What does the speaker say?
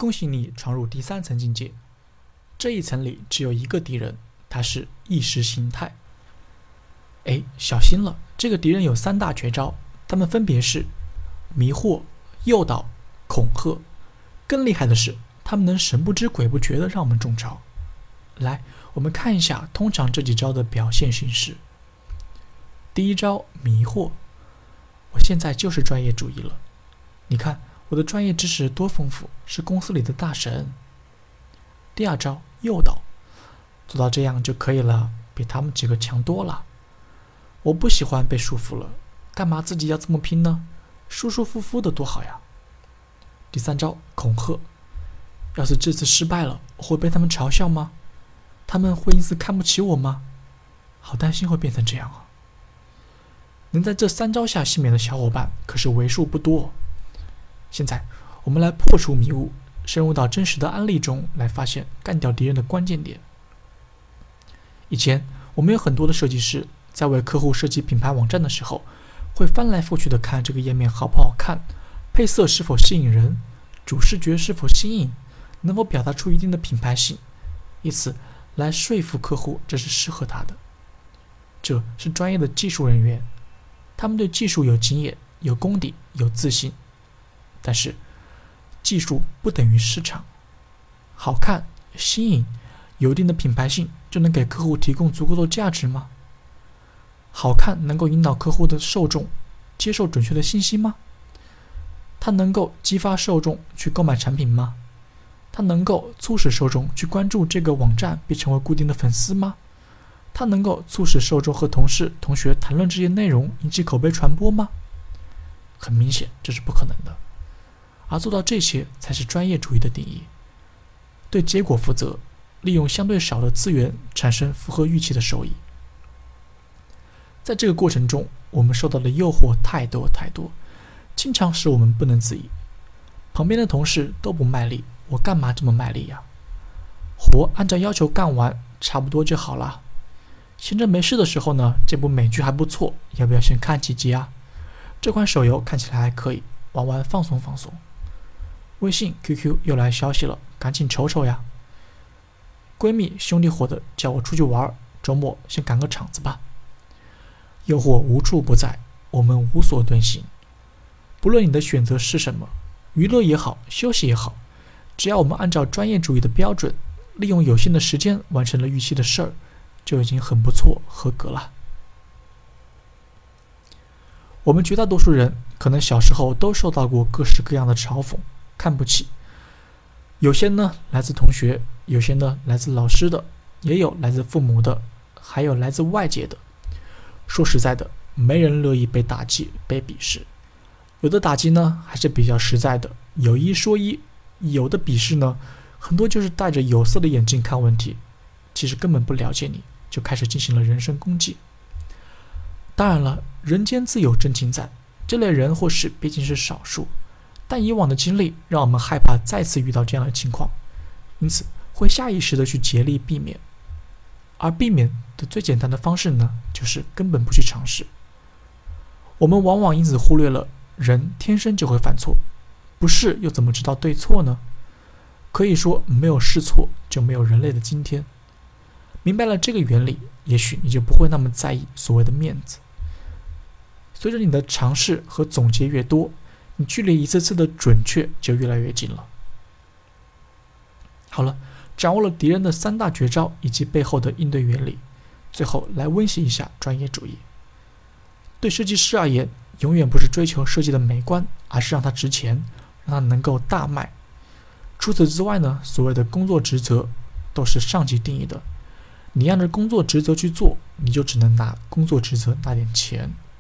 恭喜你闯入第3层境界。这一层里只有一个敌人，他是意识形态。小心了，这个敌人有3大绝招，他们分别是迷惑、诱导、恐吓。更厉害的是，他们能神不知鬼不觉地让我们中招。来，我们看一下通常这几招的表现形式。第一招，迷惑。我现在就是专业主义了，你看我的专业知识多丰富，是公司里的大神。第二招，诱导。做到这样就可以了，比他们几个强多了。我不喜欢被束缚了，干嘛自己要这么拼呢？舒舒服服的多好呀。第三招，恐吓。要是这次失败了，我会被他们嘲笑吗？他们会因此看不起我吗？好担心会变成这样啊。能在这3招下幸免的小伙伴可是为数不多。现在我们来破除迷雾，深入到真实的案例中来发现干掉敌人的关键点。以前我们有很多的设计师在为客户设计品牌网站的时候，会翻来覆去的看这个页面好不好看，配色是否吸引人，主视觉是否新颖，能否表达出一定的品牌性，以此来说服客户这是适合他的。这是专业的技术人员，他们对技术有经验、有功底、有自信。但是技术不等于市场，好看、新颖、有一定的品牌性就能给客户提供足够的价值吗？好看能够引导客户的受众接受准确的信息吗？它能够激发受众去购买产品吗？它能够促使受众去关注这个网站并成为固定的粉丝吗？它能够促使受众和同事、同学谈论这些内容，引起口碑传播吗？很明显，这是不可能的。而做到这些才是专业主义的定义，对结果负责，利用相对少的资源产生符合预期的收益。在这个过程中，我们受到的诱惑太多太多，经常使我们不能自已。旁边的同事都不卖力，我干嘛这么卖力呀？活按照要求干完，差不多就好了。闲着没事的时候呢，这部美剧还不错，要不要先看几集啊？这款手游看起来还可以，玩玩放松放松。微信 QQ 又来消息了，赶紧瞅瞅呀。闺蜜兄弟伙的叫我出去玩，周末先赶个场子吧。诱惑无处不在，我们无所遁形。不论你的选择是什么，娱乐也好，休息也好，只要我们按照专业主义的标准，利用有限的时间完成了预期的事儿，就已经很不错，合格了。我们绝大多数人可能小时候都受到过各式各样的嘲讽、看不起，有些呢来自同学，有些呢来自老师的，也有来自父母的，还有来自外界的。说实在的，没人乐意被打击、被鄙视。有的打击呢还是比较实在的，有一说一；有的鄙视呢，很多就是戴着有色的眼镜看问题，其实根本不了解你，就开始进行了人身攻击。当然了，人间自有真情在，这类人或事毕竟是少数，但以往的经历让我们害怕再次遇到这样的情况，因此会下意识的去竭力避免。而避免的最简单的方式呢，就是根本不去尝试。我们往往因此忽略了人天生就会犯错，不试又怎么知道对错呢？可以说没有试错就没有人类的今天。明白了这个原理，也许你就不会那么在意所谓的面子。随着你的尝试和总结越多，你距离一次次的准确就越来越近了。好了，掌握了敌人的3大绝招以及背后的应对原理，最后来温习一下专业主义。对设计师而言，永远不是追求设计的美观，而是让它值钱，让它能够大卖。除此之外呢，所谓的工作职责都是上级定义的，你按照工作职责去做，你就只能拿工作职责那点钱。